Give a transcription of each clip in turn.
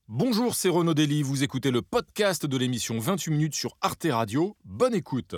Bonjour, c'est Renaud Dely, vous écoutez le podcast de l'émission 28 minutes sur Arte Radio. Bonne écoute.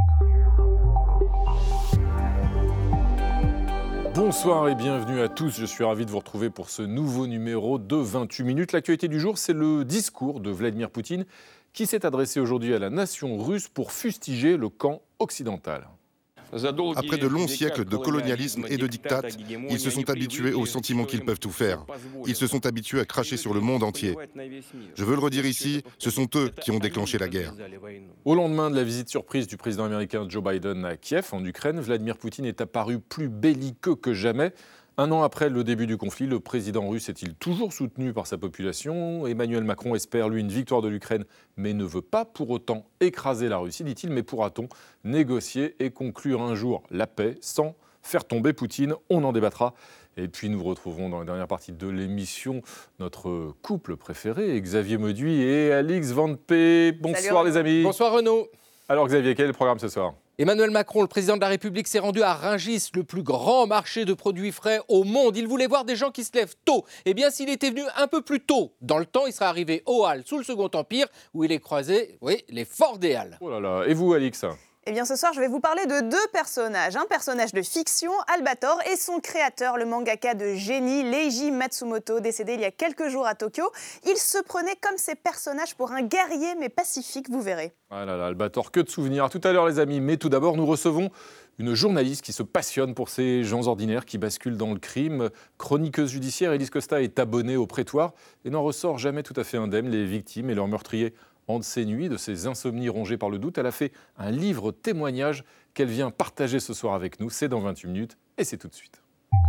Bonsoir et bienvenue à tous, je suis ravi de vous retrouver pour ce nouveau numéro de 28 minutes. L'actualité du jour, c'est le discours de Vladimir Poutine qui s'est adressé aujourd'hui à la nation russe pour fustiger le camp occidental. Après de longs siècles de colonialisme et de diktat, ils se sont habitués au sentiment qu'ils peuvent tout faire. Ils se sont habitués à cracher sur le monde entier. Je veux le redire ici, ce sont eux qui ont déclenché la guerre. Au lendemain de la visite surprise du président américain Joe Biden à Kiev, en Ukraine, Vladimir Poutine est apparu plus belliqueux que jamais. Un an après le début du conflit, le président russe est-il toujours soutenu par sa population ? Emmanuel Macron espère, lui, une victoire de l'Ukraine, mais ne veut pas pour autant écraser la Russie, dit-il. Mais pourra-t-on négocier et conclure un jour la paix sans faire tomber Poutine ? On en débattra. Et puis nous retrouvons dans la dernière partie de l'émission notre couple préféré, Xavier Mauduit et Alix Van P. Bonsoir. Salut, les amis. Bonsoir Renaud. Alors Xavier, quel est le programme ce soir ? Emmanuel Macron, le président de la République, s'est rendu à Rungis, le plus grand marché de produits frais au monde. Il voulait voir des gens qui se lèvent tôt. Eh bien, s'il était venu un peu plus tôt dans le temps, il serait arrivé aux Halles, sous le Second Empire, où il est croisé, les forts des Halles. Oh là là, et vous, Alix ? Eh bien, ce soir, je vais vous parler de deux personnages. Un personnage de fiction, Albator, et son créateur, le mangaka de génie, Leiji Matsumoto, décédé il y a quelques jours à Tokyo. Il se prenait comme ces personnages pour un guerrier, mais pacifique, vous verrez. Ah là là, Albator, que de souvenirs. À tout à l'heure, les amis. Mais tout d'abord, nous recevons une journaliste qui se passionne pour ces gens ordinaires qui basculent dans le crime. Chroniqueuse judiciaire, Élise Costa est abonnée au prétoire et n'en ressort jamais tout à fait indemne. Les victimes et leurs meurtriers en de ces nuits, de ces insomnies rongées par le doute. Elle a fait un livre témoignage qu'elle vient partager ce soir avec nous. C'est dans 28 minutes et c'est tout de suite.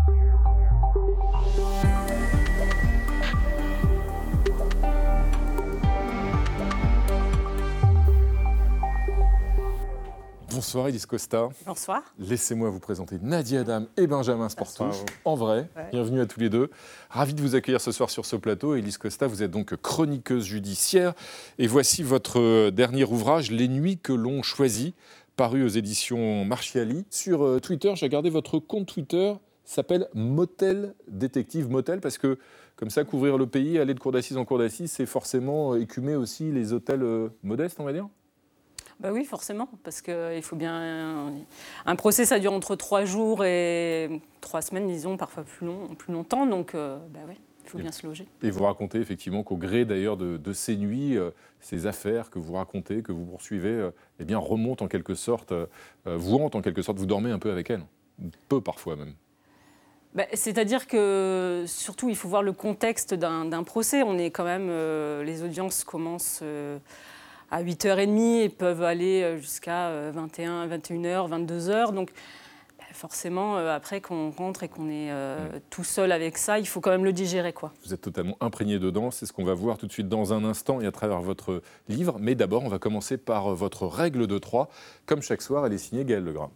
Bonsoir Élise Costa. Bonsoir. Laissez-moi vous présenter Nadia Adam et Benjamin Sportouche, en vrai. Ouais. Bienvenue à tous les deux. Ravi de vous accueillir ce soir sur ce plateau. Élise Costa, vous êtes donc chroniqueuse judiciaire. Et voici votre dernier ouvrage, Les nuits que l'on choisit, paru aux éditions Marchiali. Sur Twitter, j'ai regardé votre compte Twitter, s'appelle Motel Détective. Motel, parce que comme ça, couvrir le pays, aller de cour d'assises en cour d'assises, c'est forcément écumer aussi les hôtels modestes, on va dire ? Bah oui, forcément, parce qu'il faut bien... Un procès, ça dure entre 3 jours et 3 semaines, disons, parfois plus longtemps, donc il faut bien se loger. Et vous racontez effectivement qu'au gré d'ailleurs de ces nuits, ces affaires que vous racontez, que vous poursuivez, remontent en quelque sorte, vous hantent en quelque sorte, vous dormez un peu avec elles, peu parfois même. C'est-à-dire que, surtout, il faut voir le contexte d'un procès. On est quand même... les audiences commencent... à 8h30 et peuvent aller jusqu'à 21h, 22h. Donc forcément, après qu'on rentre et qu'on est tout seul avec ça, il faut quand même le digérer, quoi. Vous êtes totalement imprégné dedans, c'est ce qu'on va voir tout de suite dans un instant et à travers votre livre. Mais d'abord, on va commencer par votre règle de 3. Comme chaque soir, elle est signée Gaël Legrand.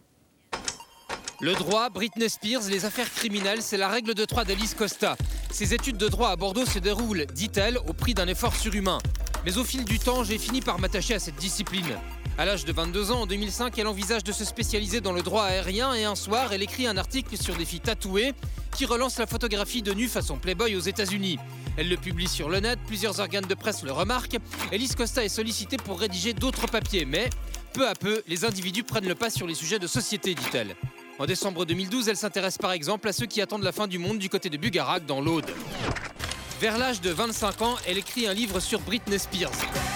Le droit, Britney Spears, les affaires criminelles, c'est la règle de 3 d'Élise Costa. Ses études de droit à Bordeaux se déroulent, dit-elle, au prix d'un effort surhumain. Mais au fil du temps, j'ai fini par m'attacher à cette discipline. À l'âge de 22 ans, en 2005, elle envisage de se spécialiser dans le droit aérien et un soir, elle écrit un article sur des filles tatouées qui relance la photographie de nu façon Playboy aux États-Unis. Elle le publie sur le net, plusieurs organes de presse le remarquent. Élise Costa est sollicitée pour rédiger d'autres papiers, mais peu à peu, les individus prennent le pas sur les sujets de société, dit-elle. En décembre 2012, elle s'intéresse par exemple à ceux qui attendent la fin du monde du côté de Bugarac, dans l'Aude. Vers l'âge de 25 ans, elle écrit un livre sur Britney Spears.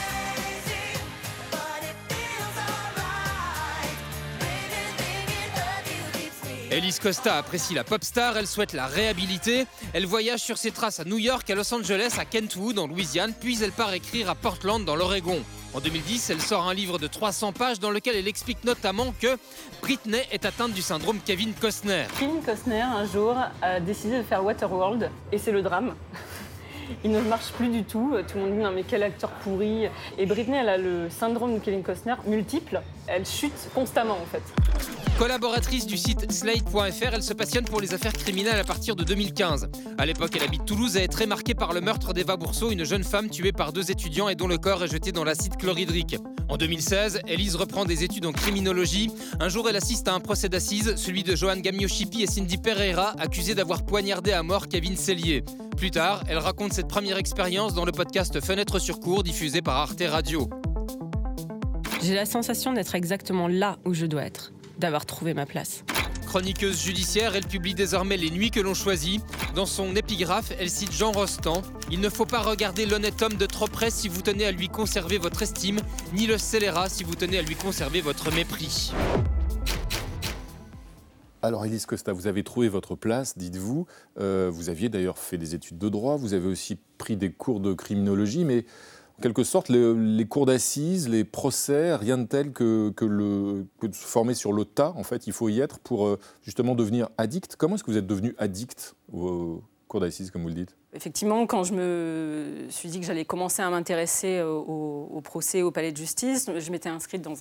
Élise Costa apprécie la pop star, elle souhaite la réhabiliter. Elle voyage sur ses traces à New York, à Los Angeles, à Kentwood, en Louisiane, puis elle part écrire à Portland, dans l'Oregon. En 2010, elle sort un livre de 300 pages dans lequel elle explique notamment que Britney est atteinte du syndrome Kevin Costner. Kevin Costner, un jour, a décidé de faire Waterworld, et c'est le drame. Il ne marche plus du tout. Tout le monde dit non mais quel acteur pourri. Et Britney, elle a le syndrome de Kevin Costner multiple. Elle chute constamment en fait. Collaboratrice du site Slate.fr, elle se passionne pour les affaires criminelles à partir de 2015. À l'époque, elle habite Toulouse et est très marquée par le meurtre d'Eva Bourseau, une jeune femme tuée par 2 étudiants et dont le corps est jeté dans l'acide chlorhydrique. En 2016, Élise reprend des études en criminologie. Un jour, elle assiste à un procès d'assises, celui de Johan Gamio-Chipi et Cindy Pereira, accusés d'avoir poignardé à mort Kevin Sellier. Plus tard, elle raconte cette première expérience dans le podcast Fenêtre sur cour, diffusé par Arte Radio. J'ai la sensation d'être exactement là où je dois être, d'avoir trouvé ma place. Chroniqueuse judiciaire, elle publie désormais Les Nuits que l'on choisit. Dans son épigraphe, elle cite Jean Rostand. « Il ne faut pas regarder l'honnête homme de trop près si vous tenez à lui conserver votre estime, ni le scélérat si vous tenez à lui conserver votre mépris. » Alors, Élise Costa, vous avez trouvé votre place, dites-vous. Vous aviez d'ailleurs fait des études de droit, vous avez aussi pris des cours de criminologie, mais en quelque sorte, les cours d'assises, les procès, rien de tel que de se former sur le tas. En fait, il faut y être pour justement devenir addict. Comment est-ce que vous êtes devenu addict aux cours d'assises, comme vous le dites ? Effectivement, quand je me suis dit que j'allais commencer à m'intéresser au procès, au palais de justice, je m'étais inscrite dans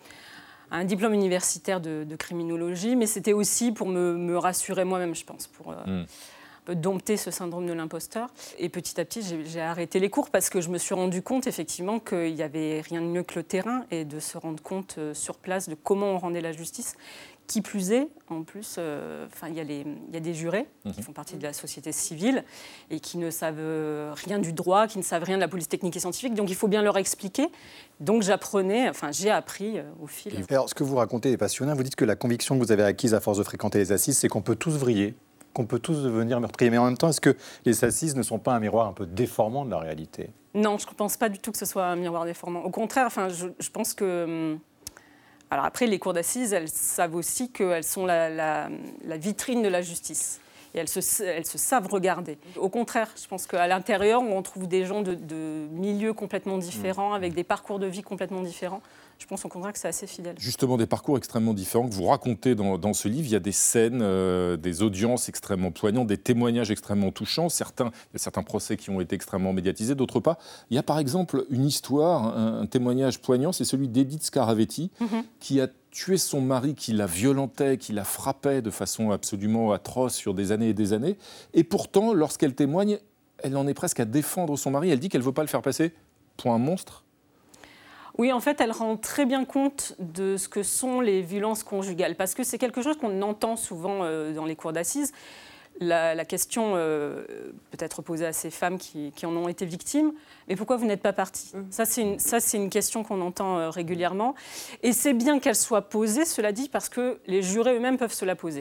un diplôme universitaire de criminologie, mais c'était aussi pour me rassurer moi-même, je pense, pour dompter ce syndrome de l'imposteur. Et petit à petit, j'ai arrêté les cours parce que je me suis rendu compte, effectivement, qu'il n'y avait rien de mieux que le terrain et de se rendre compte sur place de comment on rendait la justice. Qui plus est, en plus, il y a des jurés qui font partie de la société civile et qui ne savent rien du droit, qui ne savent rien de la police technique et scientifique. Donc, il faut bien leur expliquer. Donc, j'ai appris au fil. Alors, ce que vous racontez est passionnant. Vous dites que la conviction que vous avez acquise à force de fréquenter les assises, c'est qu'on peut tous vriller, qu'on peut tous devenir meurtriers. Mais en même temps, est-ce que les assises ne sont pas un miroir un peu déformant de la réalité ? Non, je ne pense pas du tout que ce soit un miroir déformant. Au contraire, je pense que... Alors après, les cours d'assises, elles savent aussi qu'elles sont la vitrine de la justice. Et elles se savent regarder. Au contraire, je pense qu'à l'intérieur, on trouve des gens de milieux complètement différents, avec des parcours de vie complètement différents. Je pense au contraire que c'est assez fidèle. Justement, des parcours extrêmement différents que vous racontez dans ce livre. Il y a des scènes, des audiences extrêmement poignantes, des témoignages extrêmement touchants. Il y a certains procès qui ont été extrêmement médiatisés, d'autres pas. Il y a par exemple une histoire, un témoignage poignant, c'est celui d'Edith Scaravetti, qui a tué son mari, qui la violentait, qui la frappait de façon absolument atroce sur des années et des années. Et pourtant, lorsqu'elle témoigne, elle en est presque à défendre son mari. Elle dit qu'elle ne veut pas le faire passer pour un monstre. Oui, en fait, elle rend très bien compte de ce que sont les violences conjugales, parce que c'est quelque chose qu'on entend souvent dans les cours d'assises. La question peut être posée à ces femmes qui en ont été victimes, mais pourquoi vous n'êtes pas partie ? Ça, c'est une question qu'on entend régulièrement. Et c'est bien qu'elle soit posée, cela dit, parce que les jurés eux-mêmes peuvent se la poser.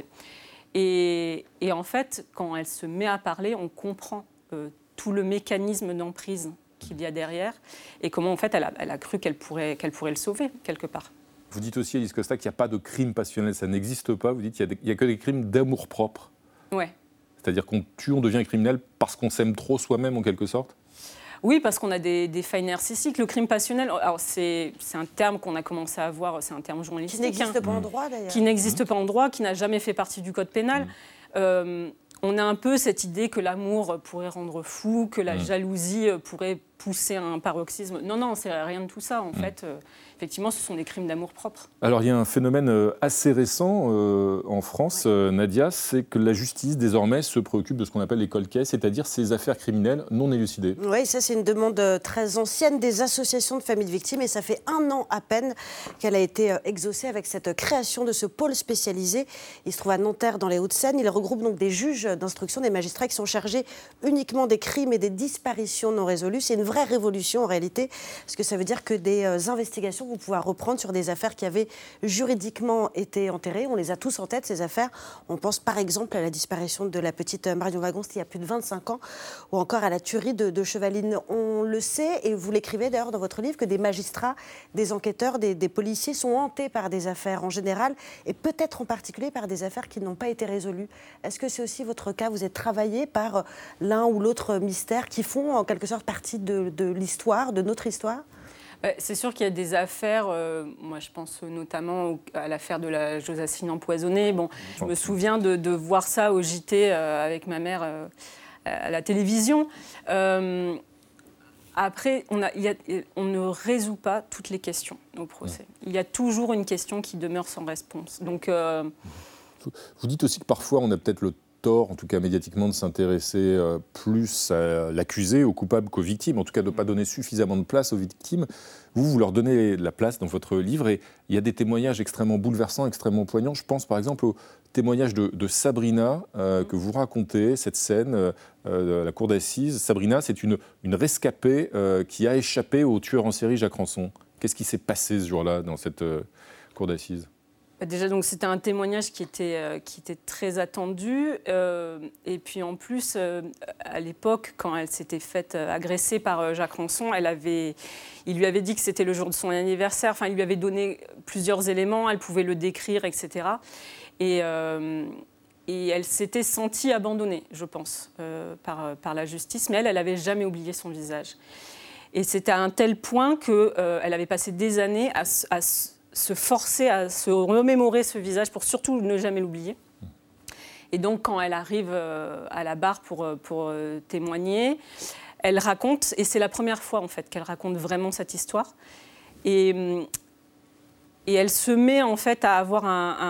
Et en fait, quand elle se met à parler, on comprend tout le mécanisme d'emprise qu'il y a derrière et comment en fait elle a cru qu'elle pourrait le sauver quelque part. Vous dites aussi, Élise Costa, qu'il n'y a pas de crime passionnel, ça n'existe pas. Vous dites qu'il n'y a que des crimes d'amour-propre. Ouais. C'est-à-dire qu'on tue, on devient criminel parce qu'on s'aime trop soi-même en quelque sorte. Oui, parce qu'on a des failles narcissiques. Le crime passionnel, alors c'est un terme qu'on a commencé à avoir, c'est un terme journalistique. Qui n'existe pas en droit d'ailleurs. Qui n'existe pas en droit, qui n'a jamais fait partie du code pénal. On a un peu cette idée que l'amour pourrait rendre fou, que la jalousie pourrait pousser à un paroxysme. Non, c'est rien de tout ça. En fait, effectivement, ce sont des crimes d'amour-propre. Alors, il y a un phénomène assez récent en France, Nadia, c'est que la justice, désormais, se préoccupe de ce qu'on appelle les cold cases, c'est-à-dire ces affaires criminelles non élucidées. Oui, ça, c'est une demande très ancienne des associations de familles de victimes, et ça fait 1 an à peine qu'elle a été exaucée avec cette création de ce pôle spécialisé. Il se trouve à Nanterre, dans les Hauts-de-Seine. Il regroupe donc des juges d'instruction, des magistrats qui sont chargés uniquement des crimes et des disparitions non résolues. C'est une vraie révolution en réalité, parce que ça veut dire que des investigations vont pouvoir reprendre sur des affaires qui avaient juridiquement été enterrées. On les a tous en tête, ces affaires. On pense par exemple à la disparition de la petite Marion Wagonst il y a plus de 25 ans, ou encore à la tuerie de Chevaline. On le sait, et vous l'écrivez d'ailleurs dans votre livre, que des magistrats, des enquêteurs, des policiers sont hantés par des affaires en général, et peut-être en particulier par des affaires qui n'ont pas été résolues. Est-ce que c'est aussi votre cas? Vous êtes travaillé par l'un ou l'autre mystère qui font en quelque sorte partie de l'histoire, de notre histoire? C'est sûr qu'il y a des affaires, moi je pense notamment à l'affaire de la Josassine empoisonnée. Bon, je me souviens de voir ça au JT avec ma mère à la télévision. Après, on ne résout pas toutes les questions au procès. Il y a toujours une question qui demeure sans réponse. Donc, vous dites aussi que parfois, on a peut-être le tort, en tout cas médiatiquement, de s'intéresser plus à l'accusé, au coupable qu'aux victimes, en tout cas de ne pas donner suffisamment de place aux victimes. Vous leur donnez de la place dans votre livre et il y a des témoignages extrêmement bouleversants, extrêmement poignants. Je pense par exemple au témoignage de Sabrina que vous racontez, cette scène de la cour d'assises. Sabrina, c'est une rescapée qui a échappé au tueur en série Jacques Ranson. Qu'est-ce qui s'est passé ce jour-là dans cette cour d'assises ? Déjà, donc, c'était un témoignage qui était très attendu. Et puis, en plus, à l'époque, quand elle s'était faite agresser par Jacques Ranson, il lui avait dit que c'était le jour de son anniversaire. Enfin, il lui avait donné plusieurs éléments. Elle pouvait le décrire, etc. Et elle s'était sentie abandonnée, je pense, par la justice. Mais elle n'avait jamais oublié son visage. Et c'était à un tel point qu'elle avait passé des années à se forcer à se remémorer ce visage pour surtout ne jamais l'oublier. Et donc, quand elle arrive à la barre pour témoigner, elle raconte, et c'est la première fois en fait qu'elle raconte vraiment cette histoire, et elle se met en fait à avoir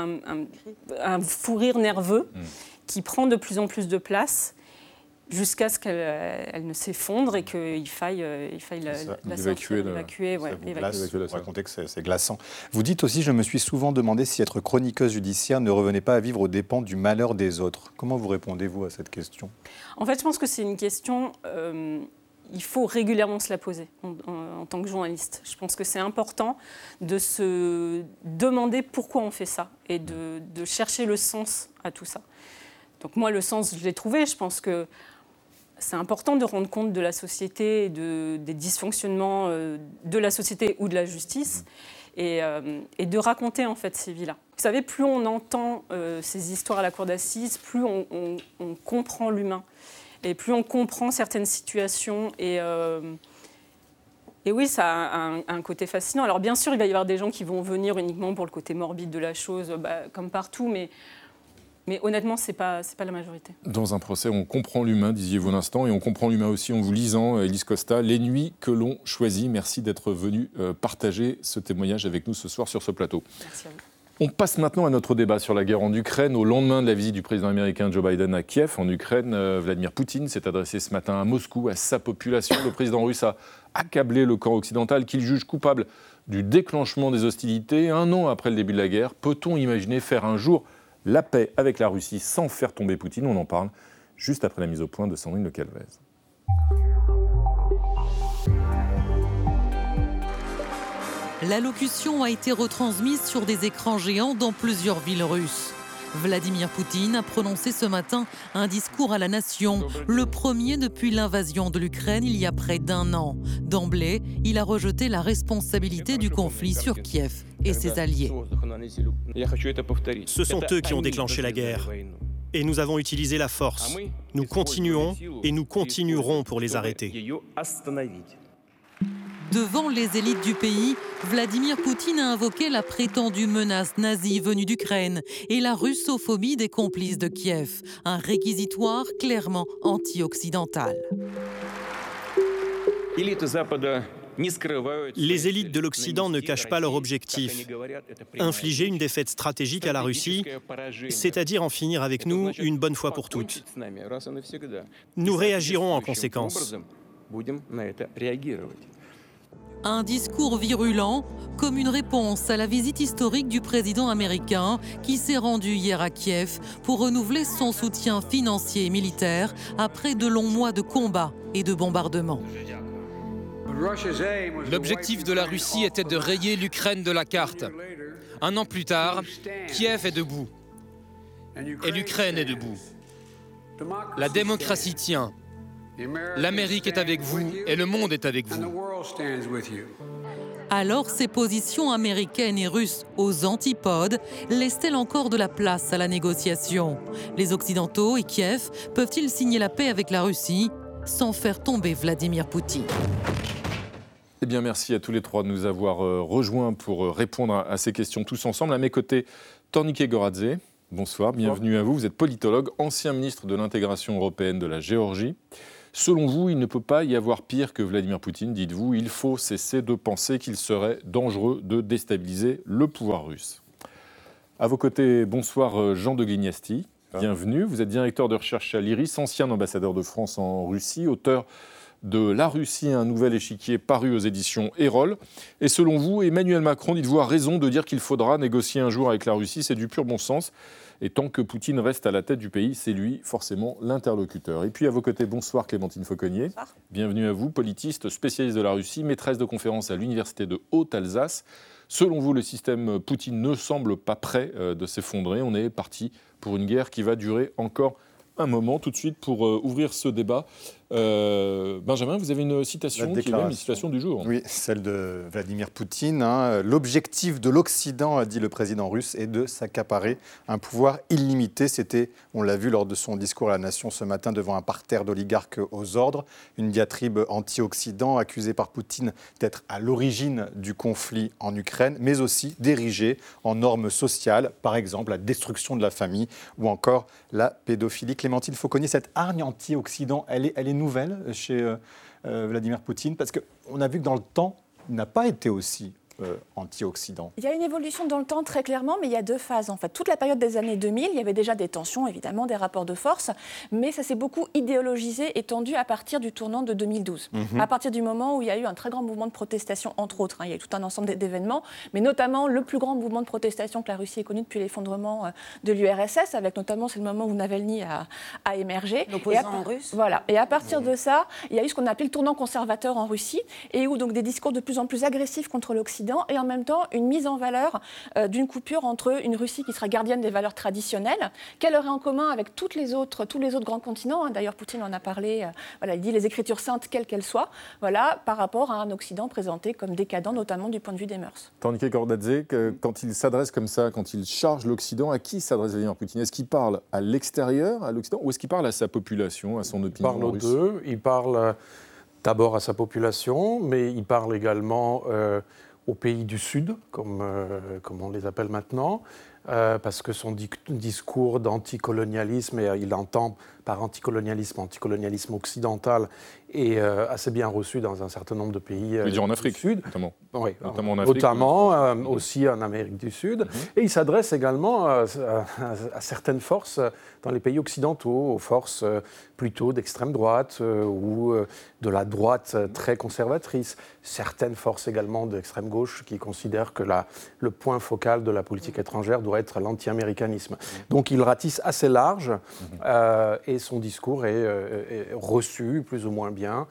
un fou rire nerveux qui prend de plus en plus de place, jusqu'à ce qu'elle ne s'effondre et qu'il faille l'évacuer. Vous racontez que c'est glaçant. Vous dites aussi, je me suis souvent demandé si être chroniqueuse judiciaire ne revenait pas à vivre aux dépens du malheur des autres. Comment vous répondez-vous à cette question ? En fait, je pense que c'est une question, il faut régulièrement se la poser en tant que journaliste. Je pense que c'est important de se demander pourquoi on fait ça et de chercher le sens à tout ça. Donc moi, le sens, je l'ai trouvé. Je pense que c'est important de rendre compte de la société, des dysfonctionnements de la société ou de la justice, et de raconter en fait ces vies-là. Vous savez, plus on entend ces histoires à la cour d'assises, plus on comprend l'humain, et plus on comprend certaines situations. Et oui, ça a un côté fascinant. Alors bien sûr, il va y avoir des gens qui vont venir uniquement pour le côté morbide de la chose, comme partout, mais honnêtement, ce n'est pas la majorité. Dans un procès, on comprend l'humain, disiez-vous l'instant, et on comprend l'humain aussi en vous lisant, Elise Costa, Les nuits que l'on choisit. Merci d'être venu partager ce témoignage avec nous ce soir sur ce plateau. Merci à vous. On passe maintenant à notre débat sur la guerre en Ukraine. Au lendemain de la visite du président américain Joe Biden à Kiev, en Ukraine, Vladimir Poutine s'est adressé ce matin à Moscou, à sa population. Le président russe a accablé le camp occidental qu'il juge coupable du déclenchement des hostilités. 1 an après le début de la guerre, peut-on imaginer faire un jour la paix avec la Russie sans faire tomber Poutine? On en parle juste après la mise au point de Sandrine Le Calvez. L'allocution a été retransmise sur des écrans géants dans plusieurs villes russes. Vladimir Poutine a prononcé ce matin un discours à la nation, le premier depuis l'invasion de l'Ukraine il y a près d'1 an. D'emblée, il a rejeté la responsabilité du conflit sur Kiev et ses alliés. Ce sont eux qui ont déclenché la guerre. Et nous avons utilisé la force. Nous continuons et nous continuerons pour les arrêter. Devant les élites du pays, Vladimir Poutine a invoqué la prétendue menace nazie venue d'Ukraine et la russophobie des complices de Kiev, un réquisitoire clairement anti-occidental. Les élites de l'Occident ne cachent pas leur objectif. Infliger une défaite stratégique à la Russie, c'est-à-dire en finir avec nous une bonne fois pour toutes. Nous réagirons en conséquence. Un discours virulent, comme une réponse à la visite historique du président américain qui s'est rendu hier à Kiev pour renouveler son soutien financier et militaire après de longs mois de combats et de bombardements. L'objectif de la Russie était de rayer l'Ukraine de la carte. 1 an plus tard, Kiev est debout. Et l'Ukraine est debout. La démocratie tient. L'Amérique est avec vous et le monde est avec vous. Alors ces positions américaines et russes aux antipodes laissent-elles encore de la place à la négociation? Les Occidentaux et Kiev peuvent-ils signer la paix avec la Russie sans faire tomber Vladimir Poutine? Eh bien, merci à tous les trois de nous avoir rejoints pour répondre à ces questions tous ensemble. À mes côtés, Tornike Goradze. Bonsoir, bienvenue à vous. Vous êtes politologue, ancien ministre de l'intégration européenne de la Géorgie. Selon vous, il ne peut pas y avoir pire que Vladimir Poutine, dites-vous. Il faut cesser de penser qu'il serait dangereux de déstabiliser le pouvoir russe. À vos côtés, bonsoir Jean de Glignasti. Bienvenue. Vous êtes directeur de recherche à l'IRIS, ancien ambassadeur de France en Russie, auteur de La Russie, un nouvel échiquier paru aux éditions Erol. Et selon vous, Emmanuel Macron, dites-vous, a raison de dire qu'il faudra négocier un jour avec la Russie. C'est du pur bon sens. Et tant que Poutine reste à la tête du pays, c'est lui forcément l'interlocuteur. Et puis à vos côtés, bonsoir Clémentine Fauconnier. Bonsoir. Bienvenue à vous, politiste, spécialiste de la Russie, maîtresse de conférences à l'Université de Haute-Alsace. Selon vous, le système Poutine ne semble pas prêt de s'effondrer. On est parti pour une guerre qui va durer encore un moment. Tout de suite, pour ouvrir ce débat, Benjamin, vous avez une citation qui est même une citation du jour. Oui, celle de Vladimir Poutine. L'objectif de l'Occident, a dit le président russe, est de s'accaparer un pouvoir illimité. C'était, on l'a vu lors de son discours à la nation ce matin devant un parterre d'oligarques aux ordres, une diatribe anti-Occident accusée par Poutine d'être à l'origine du conflit en Ukraine, mais aussi d'ériger en normes sociales, par exemple la destruction de la famille ou encore la pédophilie. Clémentine Fauconnier, cette hargne anti-Occident, elle est nouvelle chez Vladimir Poutine, parce qu'on a vu que dans le temps, il n'a pas été aussi anti-Occident. Il y a une évolution dans le temps très clairement, mais il y a deux phases en fait. Toute la période des années 2000, il y avait déjà des tensions, évidemment, des rapports de force, mais ça s'est beaucoup idéologisé et tendu à partir du tournant de 2012. À partir du moment où il y a eu un très grand mouvement de protestation, entre autres, il y a eu tout un ensemble d'événements, mais notamment le plus grand mouvement de protestation que la Russie ait connu depuis l'effondrement de l'URSS, avec notamment, c'est le moment où Navalny a émergé. L'opposant russe. Voilà. Et à partir de ça, il y a eu ce qu'on appelait le tournant conservateur en Russie, et où donc des discours de plus en plus agressifs contre l'Occident, et en même temps une mise en valeur d'une coupure entre une Russie qui sera gardienne des valeurs traditionnelles, qu'elle aurait en commun avec tous les autres grands continents. D'ailleurs, Poutine en a parlé, il dit les écritures saintes, quelles qu'elles soient, par rapport à un Occident présenté comme décadent, notamment du point de vue des mœurs. Tornike Gordadze, quand il s'adresse comme ça, quand il charge l'Occident, à qui s'adresse Vladimir Poutine? Est-ce qu'il parle à l'extérieur, à l'Occident, ou est-ce qu'il parle à sa population, à son opinion russe? Il parle aux deux. Il parle d'abord à sa population, mais il parle également aux pays du Sud, comme on les appelle maintenant, parce que son discours d'anticolonialisme, et il entend par anticolonialisme occidental, est assez bien reçu dans un certain nombre de pays en Afrique, du Sud. Notamment. Oui, notamment en Afrique. Aussi en Amérique du Sud. Et il s'adresse également à certaines forces dans les pays occidentaux, aux forces plutôt d'extrême droite ou de la droite très conservatrice. Certaines forces également d'extrême gauche qui considèrent que le point focal de la politique étrangère doit être l'anti-américanisme. Donc il ratisse assez large et son discours est reçu plus ou moins bien.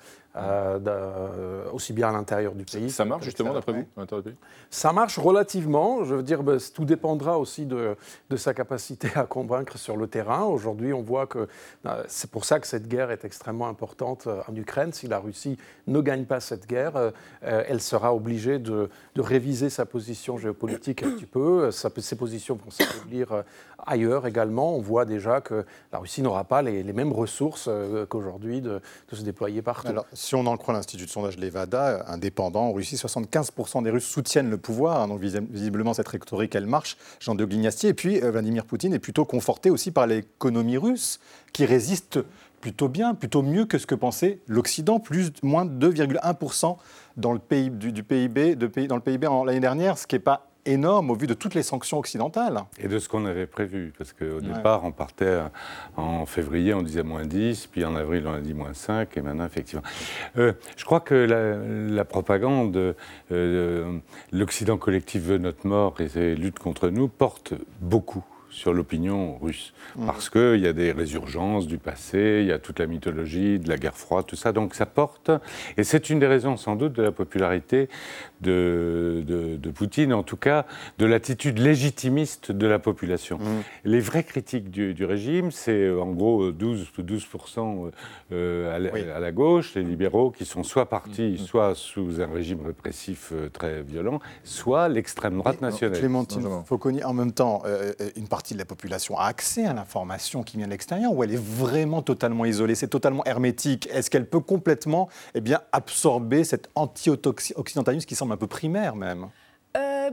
Aussi bien à l'intérieur du pays. Ça marche justement d'après vous à l'intérieur du pays? Ça marche relativement. Je veux dire, tout dépendra aussi de sa capacité à convaincre sur le terrain. Aujourd'hui, on voit que c'est pour ça que cette guerre est extrêmement importante en Ukraine. Si la Russie ne gagne pas cette guerre, elle sera obligée de réviser sa position géopolitique un petit peu. Ses positions vont s'affaiblir ailleurs également. On voit déjà que la Russie n'aura pas les mêmes ressources qu'aujourd'hui de se déployer partout. Alors, si on en croit l'Institut de sondage Levada, indépendant, en Russie, 75% des Russes soutiennent le pouvoir. Donc visiblement, cette rhétorique, elle marche. Jean de Glignasti. Et puis, Vladimir Poutine est plutôt conforté aussi par l'économie russe, qui résiste plutôt bien, plutôt mieux que ce que pensait l'Occident, moins de 2,1% dans le PIB l'année dernière, ce qui n'est pas énorme au vu de toutes les sanctions occidentales. Et de ce qu'on avait prévu, parce qu'au départ, on partait en février, on disait -10, puis en avril, on a dit -5, et maintenant, effectivement. Je crois que la propagande, l'Occident collectif veut notre mort et lutte contre nous, porte beaucoup sur l'opinion russe. Parce qu'il y a des résurgences du passé, il y a toute la mythologie de la guerre froide, tout ça. Donc ça porte, et c'est une des raisons sans doute de la popularité de Poutine, en tout cas de l'attitude légitimiste de la population. Les vraies critiques du régime, c'est en gros 12% à la gauche, les libéraux qui sont soit partis, soit sous un régime répressif très violent, soit l'extrême droite nationale. Clémentine Fauconnier, en même temps, une partie de la population a accès à l'information qui vient de l'extérieur, ou elle est vraiment totalement isolée, c'est totalement hermétique? Est-ce qu'elle peut complètement absorber cet anti-occidentalisme qui semble un peu primaire même?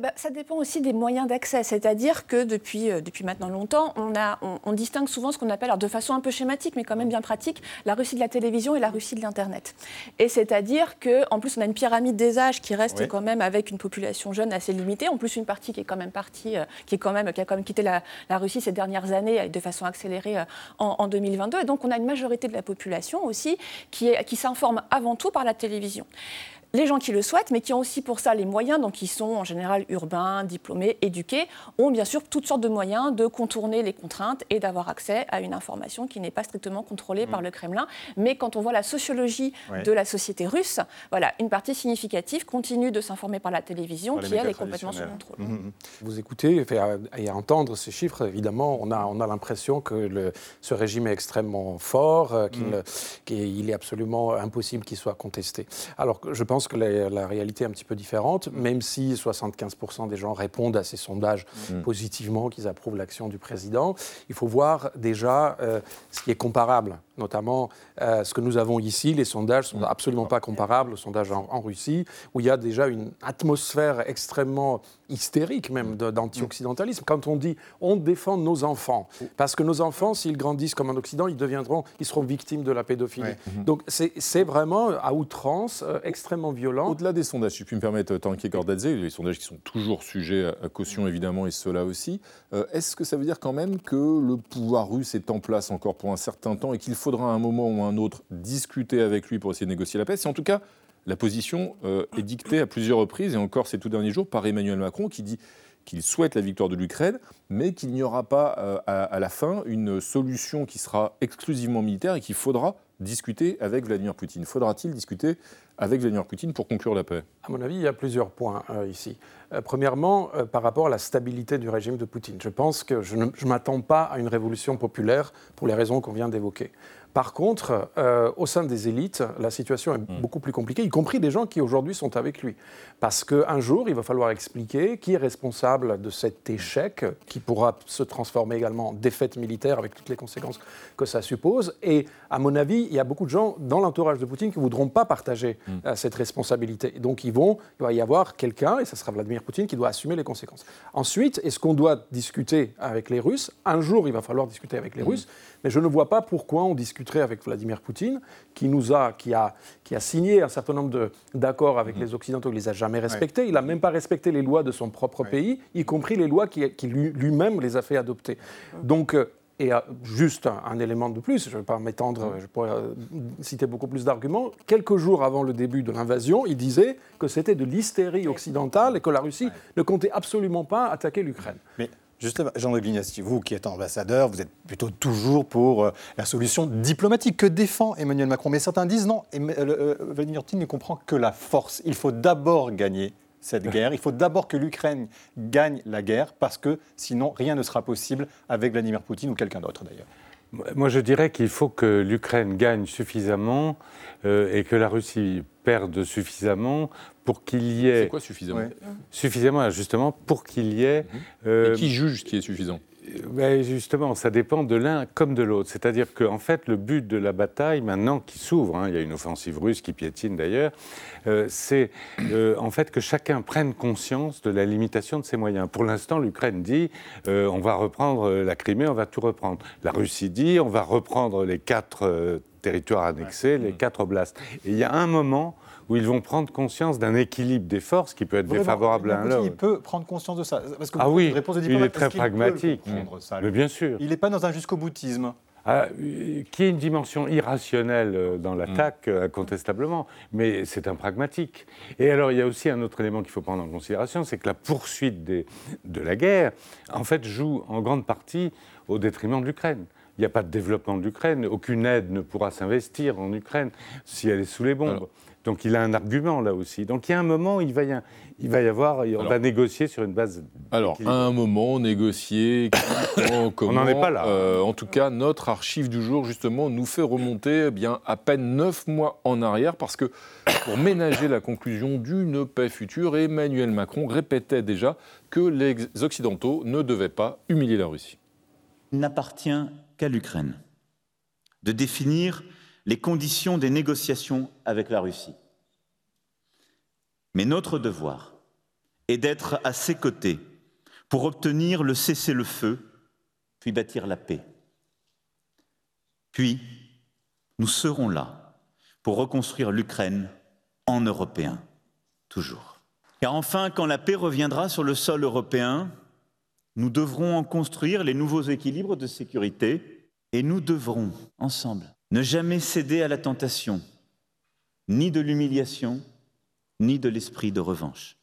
Ça dépend aussi des moyens d'accès. C'est-à-dire que depuis maintenant longtemps, on distingue souvent ce qu'on appelle, alors de façon un peu schématique, mais quand même bien pratique, la Russie de la télévision et la Russie de l'Internet. Et c'est-à-dire qu'en plus, on a une pyramide des âges qui reste quand même avec une population jeune assez limitée. En plus, une partie qui est quand même partie, qui a quand même quitté la Russie ces dernières années de façon accélérée en 2022. Et donc, on a une majorité de la population aussi qui s'informe avant tout par la télévision. Les gens qui le souhaitent, mais qui ont aussi pour ça les moyens, donc qui sont en général urbains, diplômés, éduqués, ont bien sûr toutes sortes de moyens de contourner les contraintes et d'avoir accès à une information qui n'est pas strictement contrôlée par le Kremlin. Mais quand on voit la sociologie de la société russe, voilà, une partie significative continue de s'informer par la télévision, qui elle est complètement sous contrôle. Vous écoutez et à entendre ces chiffres, évidemment, on a l'impression que ce régime est extrêmement fort, qu'il est absolument impossible qu'il soit contesté. Alors, je pense que la réalité est un petit peu différente, même si 75% des gens répondent à ces sondages positivement, qu'ils approuvent l'action du président. Il faut voir déjà ce qui est comparable, notamment ce que nous avons ici. Les sondages ne sont absolument pas comparables aux sondages en Russie, où il y a déjà une atmosphère extrêmement hystérique, même d'anti-occidentalisme. Quand on dit « on défend nos enfants », parce que nos enfants, s'ils grandissent comme en Occident, ils seront victimes de la pédophilie. Donc c'est vraiment à outrance, extrêmement violent. Au-delà des sondages, si je puis me permettre, Tanguy Kordadze, les sondages qui sont toujours sujets à caution évidemment, et ceux-là aussi, est-ce que ça veut dire quand même que le pouvoir russe est en place encore pour un certain temps et qu'il faudra à un moment ou à un autre discuter avec lui pour essayer de négocier la paix? C'est en tout cas la position est dictée à plusieurs reprises, et encore ces tout derniers jours, par Emmanuel Macron, qui dit qu'il souhaite la victoire de l'Ukraine, mais qu'il n'y aura pas à la fin une solution qui sera exclusivement militaire et qu'il faudra discuter avec Vladimir Poutine. Faudra-t-il discuter avec Vladimir Poutine pour conclure la paix? À mon avis, il y a plusieurs points ici. Premièrement, par rapport à la stabilité du régime de Poutine. Je pense que je ne m'attends pas à une révolution populaire pour les raisons qu'on vient d'évoquer. Par contre, au sein des élites, la situation est beaucoup plus compliquée, y compris des gens qui aujourd'hui sont avec lui. Parce qu'un jour, il va falloir expliquer qui est responsable de cet échec, qui pourra se transformer également en défaite militaire avec toutes les conséquences que ça suppose. Et à mon avis, il y a beaucoup de gens dans l'entourage de Poutine qui ne voudront pas partager cette responsabilité. Donc il va y avoir quelqu'un, et ça sera Vladimir Poutine, qui doit assumer les conséquences. Ensuite, est-ce qu'on doit discuter avec les Russes? Un jour, il va falloir discuter avec les Russes, mais je ne vois pas pourquoi on discuterait avec Vladimir Poutine, qui a signé un certain nombre d'accords avec les Occidentaux, il ne les a jamais respectés. Il n'a même pas respecté les lois de son propre pays, y compris les lois qui lui-même les a fait adopter. Donc, et juste un élément de plus, je ne vais pas m'étendre, je pourrais citer beaucoup plus d'arguments. Quelques jours avant le début de l'invasion, il disait que c'était de l'hystérie occidentale et que la Russie ne comptait absolument pas attaquer l'Ukraine. Justement, Jean-Louis Bignasty, vous qui êtes ambassadeur, vous êtes plutôt toujours pour la solution diplomatique que défend Emmanuel Macron. Mais certains disent non, Vladimir Poutine ne comprend que la force. Il faut d'abord gagner cette guerre. Il faut d'abord que l'Ukraine gagne la guerre parce que sinon rien ne sera possible avec Vladimir Poutine ou quelqu'un d'autre d'ailleurs. Moi, je dirais qu'il faut que l'Ukraine gagne suffisamment et que la Russie perde suffisamment pour qu'il y ait... C'est quoi suffisamment? Suffisamment, justement, pour qu'il y ait... Et qui juge ce qui est suffisant? Ben justement, ça dépend de l'un comme de l'autre. C'est-à-dire qu'en fait, le but de la bataille, maintenant qui s'ouvre, il y a une offensive russe qui piétine d'ailleurs, c'est en fait que chacun prenne conscience de la limitation de ses moyens. Pour l'instant, l'Ukraine dit on va reprendre la Crimée, on va tout reprendre. La Russie dit on va reprendre les 4 territoires annexés, les 4 oblasts. Et il y a un moment où ils vont prendre conscience d'un équilibre des forces qui peut être défavorable à l'un. Il peut prendre conscience de ça. Parce que oui, il est très pragmatique. Mais bien sûr. Il n'est pas dans un jusqu'au-boutisme. Qui est une dimension irrationnelle dans l'attaque, incontestablement, mais c'est un pragmatique. Et alors, il y a aussi un autre élément qu'il faut prendre en considération, c'est que la poursuite de la guerre, en fait, joue en grande partie au détriment de l'Ukraine. Il n'y a pas de développement de l'Ukraine, aucune aide ne pourra s'investir en Ukraine si elle est sous les bombes. Donc il a un argument là aussi. Donc il y a un moment où on va négocier sur une base. Alors à un moment, négocier, comment, on n'en est pas là. En tout cas, notre archive du jour justement nous fait remonter à peine 9 mois en arrière, parce que pour ménager la conclusion d'une paix future, Emmanuel Macron répétait déjà que les Occidentaux ne devaient pas humilier la Russie. Il n'appartient qu'à l'Ukraine de définir les conditions des négociations avec la Russie. Mais notre devoir et d'être à ses côtés pour obtenir le cessez-le-feu, puis bâtir la paix. Puis, nous serons là pour reconstruire l'Ukraine en Européens, toujours. Car enfin, quand la paix reviendra sur le sol européen, nous devrons en construire les nouveaux équilibres de sécurité et nous devrons, ensemble, ne jamais céder à la tentation, ni de l'humiliation, ni de l'esprit de revanche.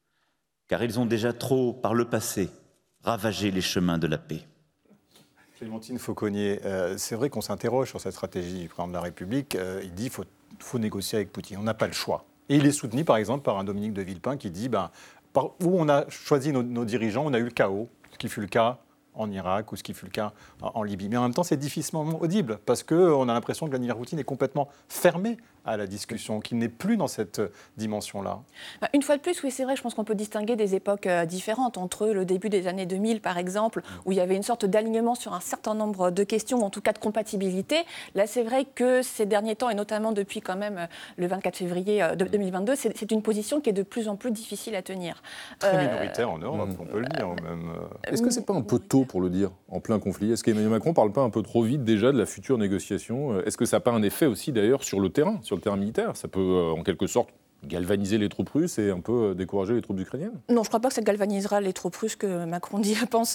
Car ils ont déjà trop, par le passé, ravagé les chemins de la paix. Clémentine Fauconnier, c'est vrai qu'on s'interroge sur cette stratégie du président de la République. Il dit qu'il faut négocier avec Poutine, on n'a pas le choix. Et il est soutenu par exemple par un Dominique de Villepin qui dit où on a choisi nos dirigeants, on a eu le chaos, ce qui fut le cas en Irak ou ce qui fut le cas en Libye. Mais en même temps, c'est difficilement audible parce qu'on a l'impression que Vladimir Poutine est complètement fermé à la discussion, qu'il n'est plus dans cette dimension-là. Une fois de plus, oui, c'est vrai, je pense qu'on peut distinguer des époques différentes entre le début des années 2000, par exemple, où il y avait une sorte d'alignement sur un certain nombre de questions, ou en tout cas de compatibilité. Là, c'est vrai que ces derniers temps, et notamment depuis quand même le 24 février 2022, c'est une position qui est de plus en plus difficile à tenir. Très minoritaire en Europe, on peut le dire. Même. Est-ce que c'est pas un peu tôt pour le dire, en plein conflit? Est-ce qu'Emmanuel Macron ne parle pas un peu trop vite déjà de la future négociation? Est-ce que ça n'a pas un effet aussi d'ailleurs sur le terrain militaire? Ça peut en quelque sorte galvaniser les troupes russes et un peu décourager les troupes ukrainiennes? Non, je ne crois pas que ça galvanisera les troupes russes que Macron pense